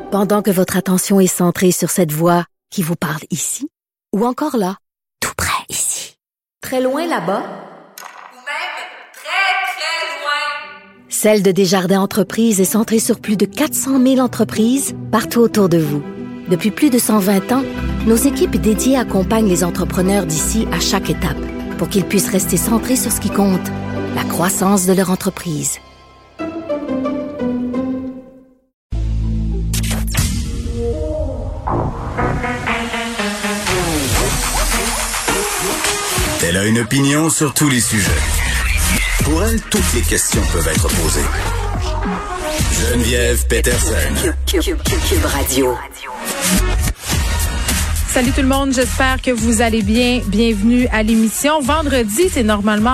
Pendant que votre attention est centrée sur cette voix qui vous parle ici, ou encore là, tout près ici, très loin là-bas, ou même très, très loin. Celle de Desjardins Entreprises est centrée sur plus de 400 000 entreprises partout autour de vous. Depuis plus de 120 ans, nos équipes dédiées accompagnent les entrepreneurs d'ici à chaque étape pour qu'ils puissent rester centrés sur ce qui compte, la croissance de leur entreprise. Elle a une opinion sur tous les sujets. Pour elle, toutes les questions peuvent être posées. Geneviève Peterson. Cube Radio. Salut tout le monde, j'espère que vous allez bien. Bienvenue à l'émission. Vendredi, c'est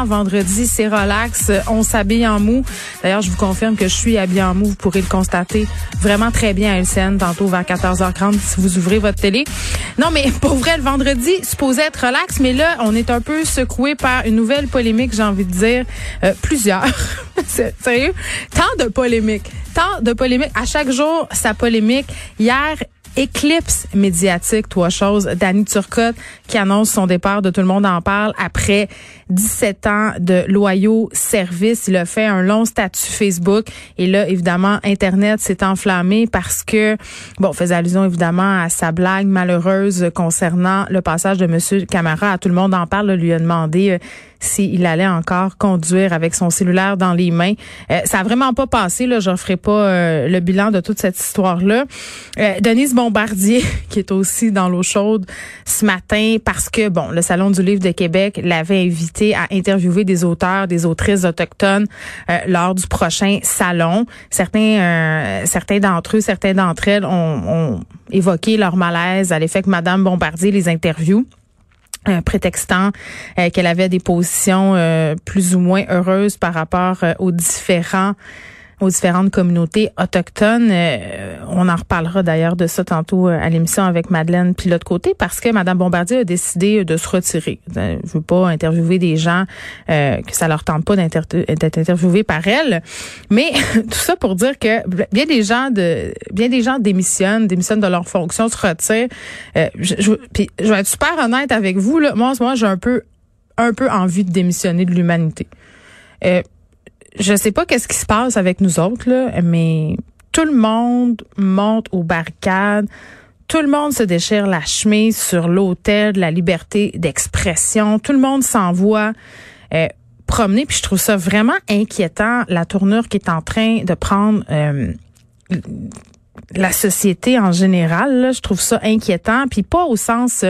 relax. On s'habille en mou. D'ailleurs, je vous confirme que je suis habillée en mou. Vous pourrez le constater vraiment très bien à LCN tantôt vers 14h30 si vous ouvrez votre télé. Non, mais pour vrai, le vendredi, supposé être relax, mais là, on est un peu secoué par une nouvelle polémique, j'ai envie de dire. Plusieurs. Sérieux? Tant de polémiques. À chaque jour, sa polémique. Hier, éclipse médiatique, trois choses. Danny Turcotte qui annonce son départ de Tout le monde en parle après 17 ans de loyaux services. Il a fait un long statut Facebook et là, évidemment, Internet s'est enflammé parce que, faisait allusion évidemment à sa blague malheureuse concernant le passage de Monsieur Camara à Tout le monde en parle. Là, lui a demandé s'il allait encore conduire avec son cellulaire dans les mains. Ça a vraiment pas passé, là. Je referai pas le bilan de toute cette histoire-là. Denise Bombardier, qui est aussi dans l'eau chaude ce matin, parce que, le Salon du livre de Québec l'avait invité à interviewer des auteurs, des autrices autochtones lors du prochain salon. Certains d'entre eux, certaines d'entre elles ont évoqué leur malaise à l'effet que Madame Bombardier les interviewe, prétextant qu'elle avait des positions plus ou moins heureuses par rapport aux différentes communautés autochtones. On en reparlera d'ailleurs de ça tantôt à l'émission avec Madeleine Pilote-Côté parce que Mme Bombardier a décidé de se retirer. Je veux pas interviewer des gens que ça leur tente pas d'être interviewés par elle. Mais tout ça pour dire que bien des gens démissionnent de leur fonction, se retirent. Puis je vais être super honnête avec vous, là. Moi, en ce moment, j'ai un peu envie de démissionner de l'humanité. Je sais pas qu'est-ce qui se passe avec nous autres, là, mais tout le monde monte aux barricades. Tout le monde se déchire la chemise sur l'autel de la liberté d'expression. Tout le monde s'envoie promener. Puis je trouve ça vraiment inquiétant, la tournure qui est en train de prendre la société en général. Là, je trouve ça inquiétant. Puis pas au sens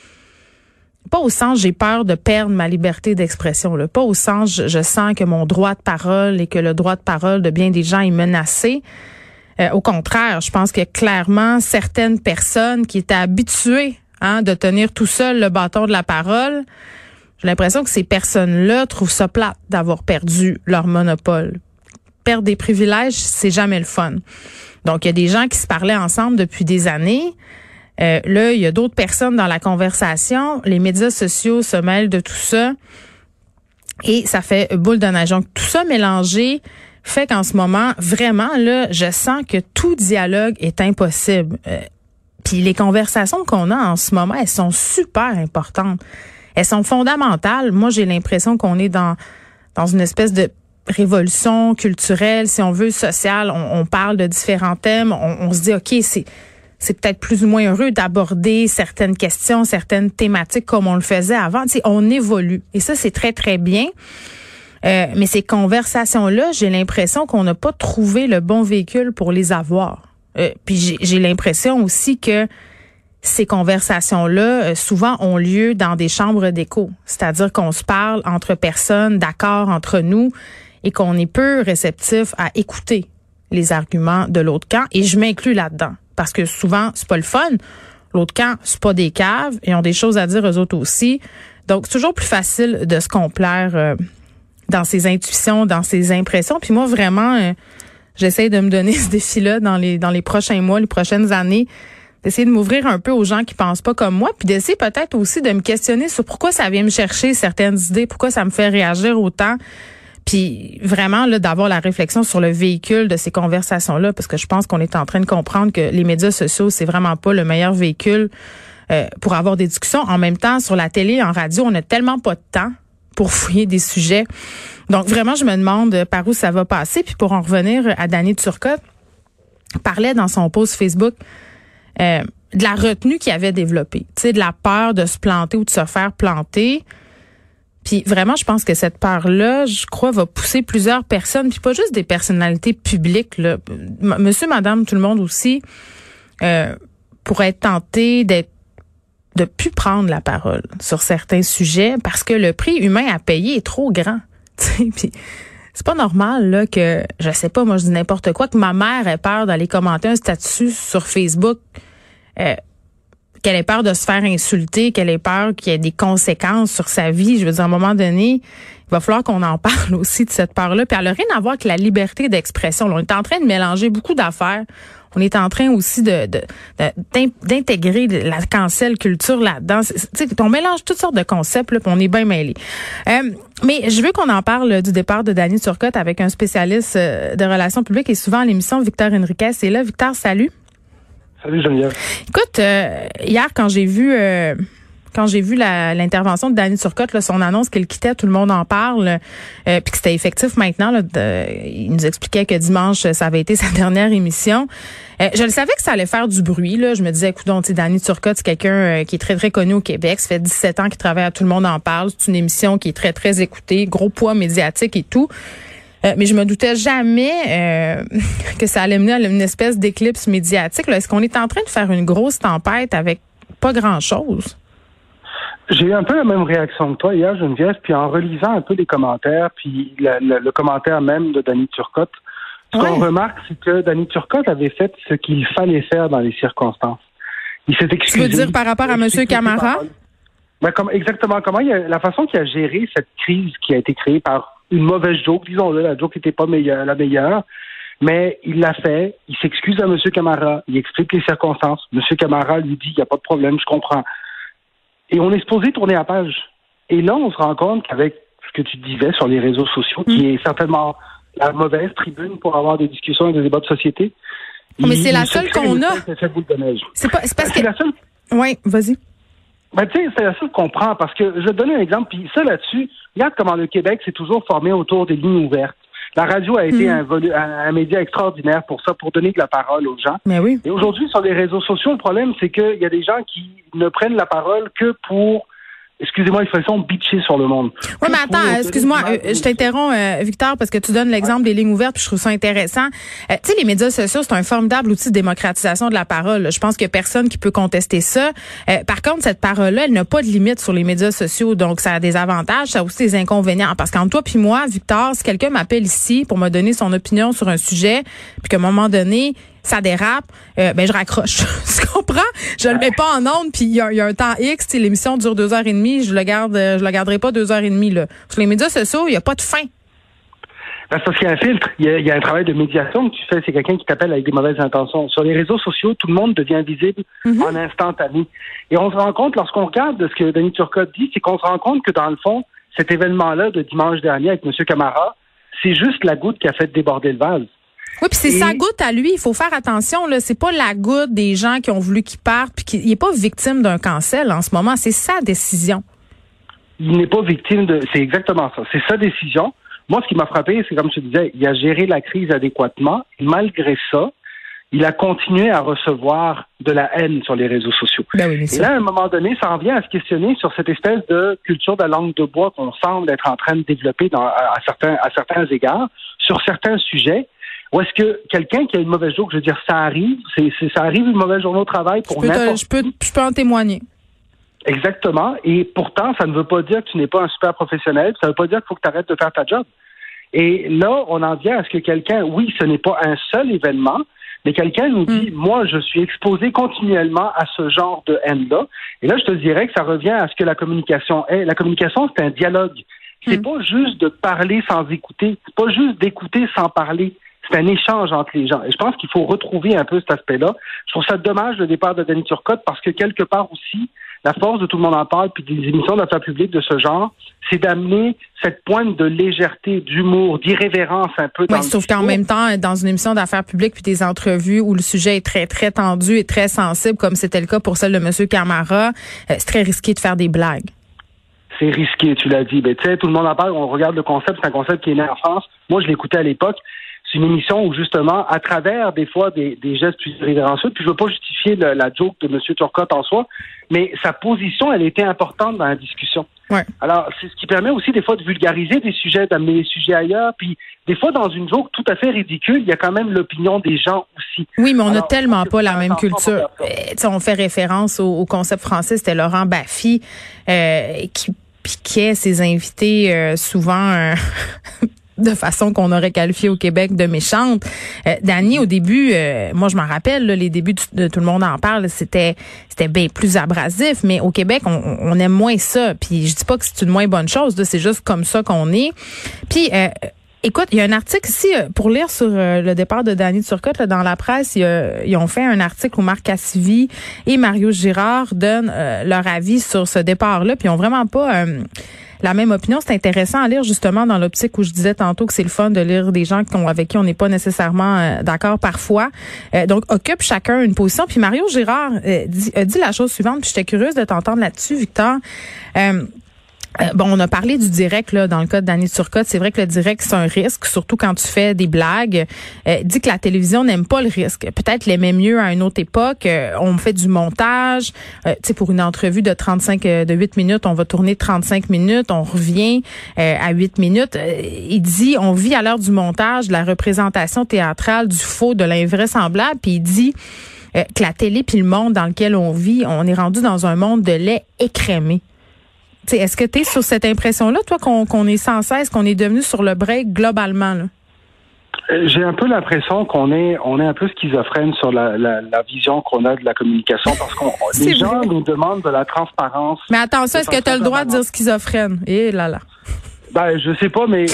j'ai peur de perdre ma liberté d'expression, là. Pas au sens je sens que mon droit de parole et que le droit de parole de bien des gens est menacé. Au contraire, je pense que clairement certaines personnes qui étaient habituées de tenir tout seul le bâton de la parole, j'ai l'impression que ces personnes-là trouvent ça plate d'avoir perdu leur monopole. Perdre des privilèges, c'est jamais le fun. Donc il y a des gens qui se parlaient ensemble depuis des années. Là, il y a d'autres personnes dans la conversation. Les médias sociaux se mêlent de tout ça et ça fait boule de neige. Donc, tout ça mélangé fait qu'en ce moment, vraiment, là, je sens que tout dialogue est impossible. Puis les conversations qu'on a en ce moment, elles sont super importantes. Elles sont fondamentales. Moi, j'ai l'impression qu'on est dans une espèce de révolution culturelle, si on veut, sociale. On parle de différents thèmes. On se dit, OK, c'est peut-être plus ou moins heureux d'aborder certaines questions, certaines thématiques comme on le faisait avant. Tu sais, on évolue. Et ça, c'est très, très bien. Mais ces conversations-là, j'ai l'impression qu'on n'a pas trouvé le bon véhicule pour les avoir. Puis j'ai l'impression aussi que ces conversations-là, souvent, ont lieu dans des chambres d'écho. C'est-à-dire qu'on se parle entre personnes, d'accord entre nous, et qu'on est peu réceptif à écouter les arguments de l'autre camp. Et je m'inclus là-dedans. Parce que souvent, c'est pas le fun. L'autre camp, c'est pas des caves. Ils ont des choses à dire eux autres aussi. Donc, c'est toujours plus facile de se complaire dans ses intuitions, dans ses impressions. Puis moi, vraiment, j'essaie de me donner ce défi-là dans les prochains mois, les prochaines années, d'essayer de m'ouvrir un peu aux gens qui pensent pas comme moi, puis d'essayer peut-être aussi de me questionner sur pourquoi ça vient me chercher certaines idées, pourquoi ça me fait réagir autant. Puis vraiment, là, d'avoir la réflexion sur le véhicule de ces conversations-là, parce que je pense qu'on est en train de comprendre que les médias sociaux, c'est vraiment pas le meilleur véhicule pour avoir des discussions. En même temps, sur la télé, en radio, on n'a tellement pas de temps pour fouiller des sujets. Donc vraiment, je me demande par où ça va passer. Puis pour en revenir à Danny Turcotte, parlait dans son post Facebook de la retenue qu'il avait développée, tu sais, de la peur de se planter ou de se faire planter. Puis vraiment, je pense que cette peur-là, je crois, va pousser plusieurs personnes, puis pas juste des personnalités publiques, là. Monsieur, madame, tout le monde aussi, pourrait être tenté de plus prendre la parole sur certains sujets parce que le prix humain à payer est trop grand. Puis c'est pas normal là que, je sais pas, moi je dis n'importe quoi, que ma mère ait peur d'aller commenter un statut sur Facebook, qu'elle ait peur de se faire insulter, qu'elle ait peur qu'il y ait des conséquences sur sa vie. Je veux dire, à un moment donné, il va falloir qu'on en parle aussi de cette peur-là. Puis elle n'a rien à voir avec la liberté d'expression. Là, on est en train de mélanger beaucoup d'affaires. On est en train aussi d'intégrer la cancel culture là-dedans. Tu sais, on mélange toutes sortes de concepts, là, puis on est bien mêlés. Mais je veux qu'on en parle du départ de Danny Turcotte avec un spécialiste de relations publiques et souvent à l'émission, Victor Henriquez. Et là, Victor, salut. Salut Geneviève. Écoute, hier quand j'ai vu l'intervention de Danny Turcotte, là, son annonce qu'il quittait, tout le monde en parle, puis que c'était effectif maintenant. Là, il nous expliquait que dimanche, ça avait été sa dernière émission. Je le savais que ça allait faire du bruit. Là. Je me disais, écoute, Danny Turcotte, c'est quelqu'un qui est très, très connu au Québec. Ça fait 17 ans qu'il travaille à Tout le monde en parle. C'est une émission qui est très, très écoutée, gros poids médiatique et tout. Mais je me doutais jamais que ça allait mener à une espèce d'éclipse médiatique. Là. Est-ce qu'on est en train de faire une grosse tempête avec pas grand-chose? J'ai eu un peu la même réaction que toi hier, Geneviève, puis en relisant un peu les commentaires, puis le commentaire même de Danny Turcotte, ce qu'on remarque, c'est que Danny Turcotte avait fait ce qu'il fallait faire dans les circonstances. Il s'est excusé. Tu veux dire par rapport à M. Camara? Exactement. La façon qu'il a géré cette crise qui a été créée par une mauvaise joke, disons-le, la joke n'était pas la meilleure, mais il l'a fait, il s'excuse à M. Camara, il explique les circonstances. M. Camara lui dit, il n'y a pas de problème, je comprends. Et on est supposé tourner la page. Et là, on se rend compte qu'avec ce que tu disais sur les réseaux sociaux, qui est certainement la mauvaise tribune pour avoir des discussions et des débats de société. Mais c'est la seule qu'on a. C'est parce que... la seule... Oui, vas-y. Ben, tu sais, c'est la seule qu'on prend parce que je vais te donner un exemple, puis ça là-dessus, regarde comment le Québec s'est toujours formé autour des lignes ouvertes. La radio a été un média extraordinaire pour ça, pour donner de la parole aux gens. Mais oui. Et aujourd'hui, sur les réseaux sociaux, le problème, c'est qu'il y a des gens qui ne prennent la parole que pour, excusez-moi l'expression, bitcher sur le monde. Oui, mais attends, excuse-moi, je t'interromps, Victor, parce que tu donnes l'exemple des lignes ouvertes, puis je trouve ça intéressant. Tu sais, les médias sociaux, c'est un formidable outil de démocratisation de la parole. Je pense qu'il y a personne qui peut contester ça. Par contre, cette parole-là, elle n'a pas de limite sur les médias sociaux, donc ça a des avantages, ça a aussi des inconvénients. Parce qu'entre toi puis moi, Victor, si quelqu'un m'appelle ici pour me donner son opinion sur un sujet, puis qu'à un moment donné, ça dérape, ben je raccroche. Tu comprends? Je le mets pas en ondes, puis il y a un temps X, l'émission dure 2h30, je la garderai pas 2h30 là. Sur les médias sociaux, il y a pas de fin. Parce qu'il y a un filtre, il y a un travail de médiation que tu fais, c'est quelqu'un qui t'appelle avec des mauvaises intentions. Sur les réseaux sociaux, tout le monde devient visible en instantané. Et on se rend compte, lorsqu'on regarde ce que Danny Turcotte dit, c'est qu'on se rend compte que dans le fond, cet événement-là de dimanche dernier avec M. Camara, c'est juste la goutte qui a fait déborder le vase. Oui, puis c'est sa goutte à lui. Il faut faire attention, là. C'est pas la goutte des gens qui ont voulu qu'il parte, puis qu'il est pas victime d'un cancel en ce moment. C'est sa décision. Il n'est pas victime de... C'est exactement ça. C'est sa décision. Moi, ce qui m'a frappé, c'est comme je te disais, il a géré la crise adéquatement. Malgré ça, il a continué à recevoir de la haine sur les réseaux sociaux. Ben oui, et là, à un moment donné, ça en vient à se questionner sur cette espèce de culture de la langue de bois qu'on semble être en train de développer à certains égards, sur certains sujets. Ou est-ce que quelqu'un qui a une mauvaise journée, je veux dire, ça arrive, ça arrive une mauvaise journée au travail pour n'importe qui. Je peux en témoigner. Exactement. Et pourtant, ça ne veut pas dire que tu n'es pas un super professionnel. Ça ne veut pas dire qu'il faut que tu arrêtes de faire ta job. Et là, on en vient à ce que quelqu'un, oui, ce n'est pas un seul événement, mais quelqu'un nous dit, moi, je suis exposé continuellement à ce genre de haine-là. Et là, je te dirais que ça revient à ce que la communication est. La communication, c'est un dialogue. C'est pas juste de parler sans écouter. C'est pas juste d'écouter sans parler. C'est un échange entre les gens. Et je pense qu'il faut retrouver un peu cet aspect-là. Je trouve ça dommage, le départ de Danny Turcotte, parce que quelque part aussi, la force de Tout le monde en parle, puis des émissions d'affaires publiques de ce genre, c'est d'amener cette pointe de légèreté, d'humour, d'irrévérence un peu dans le sauf qu'en même temps, dans une émission d'affaires publiques puis des entrevues où le sujet est très, très tendu et très sensible, comme c'était le cas pour celle de M. Camara, c'est très risqué de faire des blagues. C'est risqué, tu l'as dit. Ben, tu sais, Tout le monde en parle, on regarde le concept, c'est un concept qui est né en France. Moi, je l'écoutais à l'époque. C'est une émission où, justement, à travers, des fois, des gestes plus irrévérencieux, puis je veux pas justifier la joke de M. Turcotte en soi, mais sa position, elle était importante dans la discussion. Ouais. Alors, c'est ce qui permet aussi, des fois, de vulgariser des sujets, d'amener les sujets ailleurs, puis des fois, dans une joke tout à fait ridicule, il y a quand même l'opinion des gens aussi. Oui, mais on n'a tellement pas la même culture. On fait référence au concept français, c'était Laurent Baffy, qui piquait ses invités souvent... de façon qu'on aurait qualifié au Québec de méchante. Dany, au début, moi je m'en rappelle, là, les débuts de Tout le monde en parle, c'était bien plus abrasif, mais au Québec, on aime moins ça. Puis je dis pas que c'est une moins bonne chose, là, c'est juste comme ça qu'on est. Puis écoute, il y a un article ici pour lire sur le départ de Dany Turcotte là, dans la presse. Ils ont fait un article où Marc Cassivi et Mario Girard donnent leur avis sur ce départ-là. Puis ils ont vraiment pas la même opinion. C'est intéressant à lire justement dans l'optique où je disais tantôt que c'est le fun de lire des gens avec qui on n'est pas nécessairement d'accord parfois. Donc, occupe chacun une position. Puis Mario Girard a dit la chose suivante, puis j'étais curieuse de t'entendre là-dessus, Victor. On a parlé du direct là dans le cas de Dany Turcotte. C'est vrai que le direct, c'est un risque, surtout quand tu fais des blagues. Dit que la télévision n'aime pas le risque. Peut-être l'aimait mieux à une autre époque. On fait du montage. Tu sais, pour une entrevue de 8 minutes, on va tourner 35 minutes. On revient à 8 minutes. Il dit, on vit à l'heure du montage, de la représentation théâtrale, du faux, de l'invraisemblable. Puis il dit que la télé puis le monde dans lequel on vit, on est rendu dans un monde de lait écrémé. T'sais, est-ce que tu es sur cette impression-là, toi, qu'on est sans cesse, qu'on est devenu sur le break globalement, là? J'ai un peu l'impression qu'on est un peu schizophrène sur la vision qu'on a de la communication parce que les gens nous demandent de la transparence. Mais attention, est-ce que tu as le droit de dire schizophrène? Eh là là. Ben, je sais pas, mais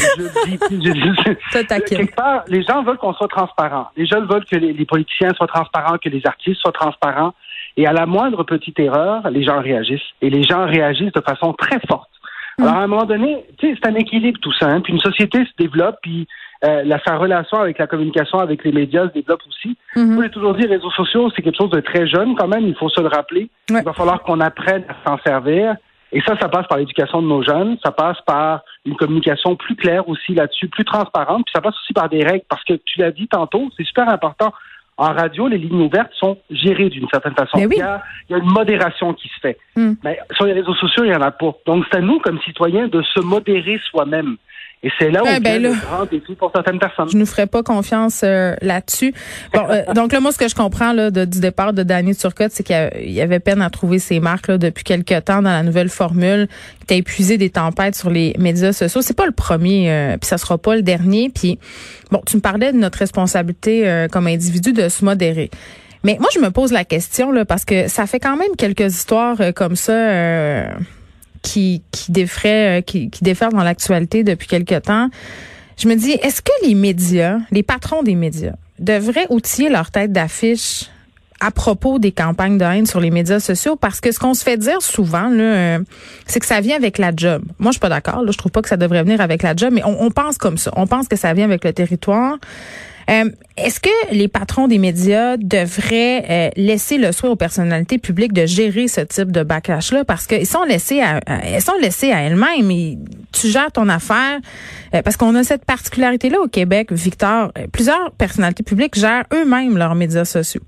quelque part, les gens veulent qu'on soit transparent. Les gens veulent que les politiciens soient transparents, que les artistes soient transparents. Et à la moindre petite erreur, les gens réagissent. Et les gens réagissent de façon très forte. Alors, à un moment donné, tu sais, c'est un équilibre tout ça. Hein? Puis une société se développe, puis sa relation avec la communication, avec les médias se développe aussi. Moi, j'ai toujours dit, les réseaux sociaux, c'est quelque chose de très jeune quand même. Il faut se le rappeler. Ouais. Il va falloir qu'on apprenne à s'en servir. Et ça passe par l'éducation de nos jeunes. Ça passe par une communication plus claire aussi là-dessus, plus transparente. Puis ça passe aussi par des règles. Parce que tu l'as dit tantôt, c'est super important. En radio, les lignes ouvertes sont gérées d'une certaine façon. Oui. Il y a une modération qui se fait. Mais sur les réseaux sociaux, il n'y en a pas. Donc, c'est à nous, comme citoyens, de se modérer soi-même. Et c'est là où il y a le grand défi pour certaines personnes. Je ne ferai pas confiance là-dessus. Bon, donc là, moi, ce que je comprends là du départ de Dany Turcotte, c'est qu'il y avait peine à trouver ses marques là, depuis quelque temps dans la nouvelle formule. Il était épuisé des tempêtes sur les médias sociaux. C'est pas le premier, puis ça sera pas le dernier. Puis bon, tu me parlais de notre responsabilité comme individu de se modérer. Mais moi, je me pose la question là parce que ça fait quand même quelques histoires comme ça. Qui déferlent dans l'actualité depuis quelque temps. Je me dis, est-ce que les médias, les patrons des médias, devraient outiller leur tête d'affiche à propos des campagnes de haine sur les médias sociaux? Parce que ce qu'on se fait dire souvent, là, c'est que ça vient avec la job. Moi, je suis pas d'accord. Là, je trouve pas que ça devrait venir avec la job, mais on pense comme ça. On pense que ça vient avec le territoire. Est-ce que les patrons des médias devraient laisser le soin aux personnalités publiques de gérer ce type de backlash-là? Parce qu'ils sont laissés à elles-mêmes. Tu gères ton affaire. Parce qu'on a cette particularité-là au Québec, Victor. Plusieurs personnalités publiques gèrent eux-mêmes leurs médias sociaux.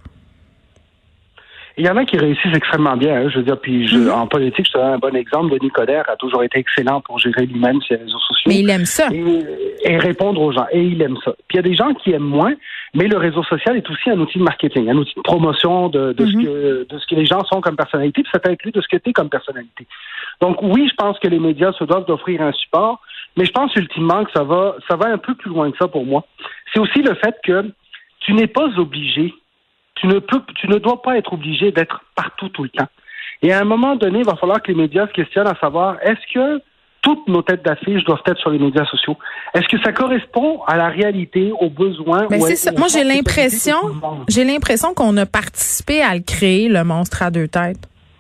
Il y en a qui réussissent extrêmement bien. Hein, je veux dire, puis en politique, je te donne un bon exemple. Denis Coderre a toujours été excellent pour gérer lui-même ses réseaux sociaux. Mais il aime ça. Et répondre aux gens. Et il aime ça. Puis il y a des gens qui aiment moins, mais le réseau social est aussi un outil de marketing, un outil de promotion de ce que les gens sont comme personnalité, puis ça t'inclut de ce que tu es comme personnalité. Donc oui, je pense que les médias se doivent d'offrir un support, mais je pense ultimement que ça va un peu plus loin que ça pour moi. C'est aussi le fait que tu n'es pas obligé. Tu ne dois pas être obligé d'être partout tout le temps. Et à un moment donné, il va falloir que les médias se questionnent à savoir, est-ce que toutes nos têtes d'affiche doivent être sur les médias sociaux? Est-ce que ça correspond à la réalité, aux besoins? Mais c'est ça. Moi, j'ai l'impression qu'on a participé à le créer, le monstre à deux têtes.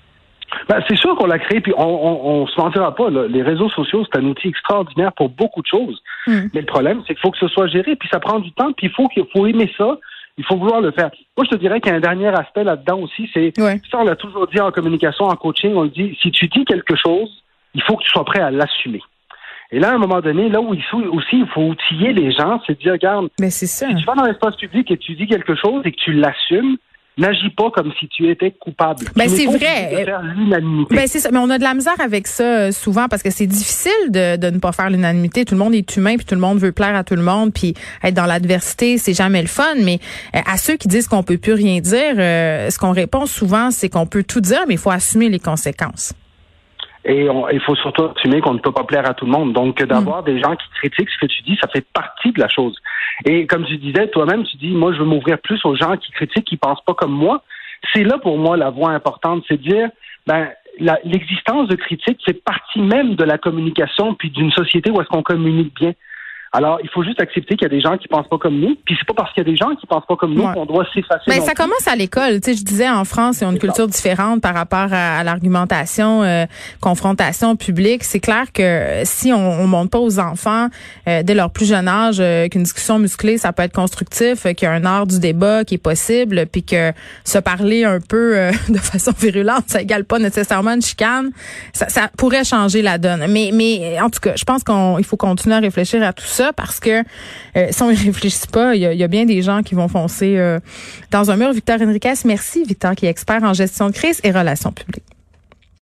Ben, c'est sûr qu'on l'a créé, puis on se mentira pas. Là. Les réseaux sociaux, c'est un outil extraordinaire pour beaucoup de choses. Mais le problème, c'est qu'il faut que ce soit géré, puis ça prend du temps, puis il faut aimer ça. Il faut vouloir le faire. Moi, je te dirais qu'il y a un dernier aspect là-dedans aussi, c'est ça, on l'a toujours dit en communication, en coaching, on le dit, si tu dis quelque chose, il faut que tu sois prêt à l'assumer. Et là, à un moment donné, là où il faut outiller les gens, c'est de dire, regarde, c'est ça. Si tu vas dans l'espace public et tu dis quelque chose et que tu l'assumes, n'agis pas comme si tu étais coupable. C'est vrai. De faire l'unanimité. C'est ça. Mais on a de la misère avec ça souvent parce que c'est difficile de ne pas faire l'unanimité. Tout le monde est humain puis tout le monde veut plaire à tout le monde puis être dans l'adversité, c'est jamais le fun. Mais à ceux qui disent qu'on peut plus rien dire, ce qu'on répond souvent, c'est qu'on peut tout dire, mais il faut assumer les conséquences. Et il faut surtout assumer qu'on ne peut pas plaire à tout le monde. Donc, d'avoir des gens qui critiquent ce que tu dis, ça fait partie de la chose. Et comme tu disais, toi-même, tu dis, moi, je veux m'ouvrir plus aux gens qui critiquent, qui pensent pas comme moi. C'est là, pour moi, la voie importante, c'est de dire, l'existence de critiques fait partie même de la communication puis d'une société où est-ce qu'on communique bien. Alors, il faut juste accepter qu'il y a des gens qui pensent pas comme nous, puis c'est pas parce qu'il y a des gens qui pensent pas comme nous qu'on doit s'effacer. Ça commence à l'école. Tu sais, je disais, en France, ils ont une culture différente par rapport à l'argumentation, confrontation publique. C'est clair que si on montre pas aux enfants dès leur plus jeune âge qu'une discussion musclée, ça peut être constructif, qu'il y a un art du débat qui est possible, puis que se parler un peu de façon virulente, ça égale pas nécessairement une chicane. Ça pourrait changer la donne. Mais en tout cas, je pense qu'il faut continuer à réfléchir à tout ça. Parce que si on y réfléchit pas, il y a bien des gens qui vont foncer dans un mur. Victor Henriquez, merci. Victor qui est expert en gestion de crise et relations publiques.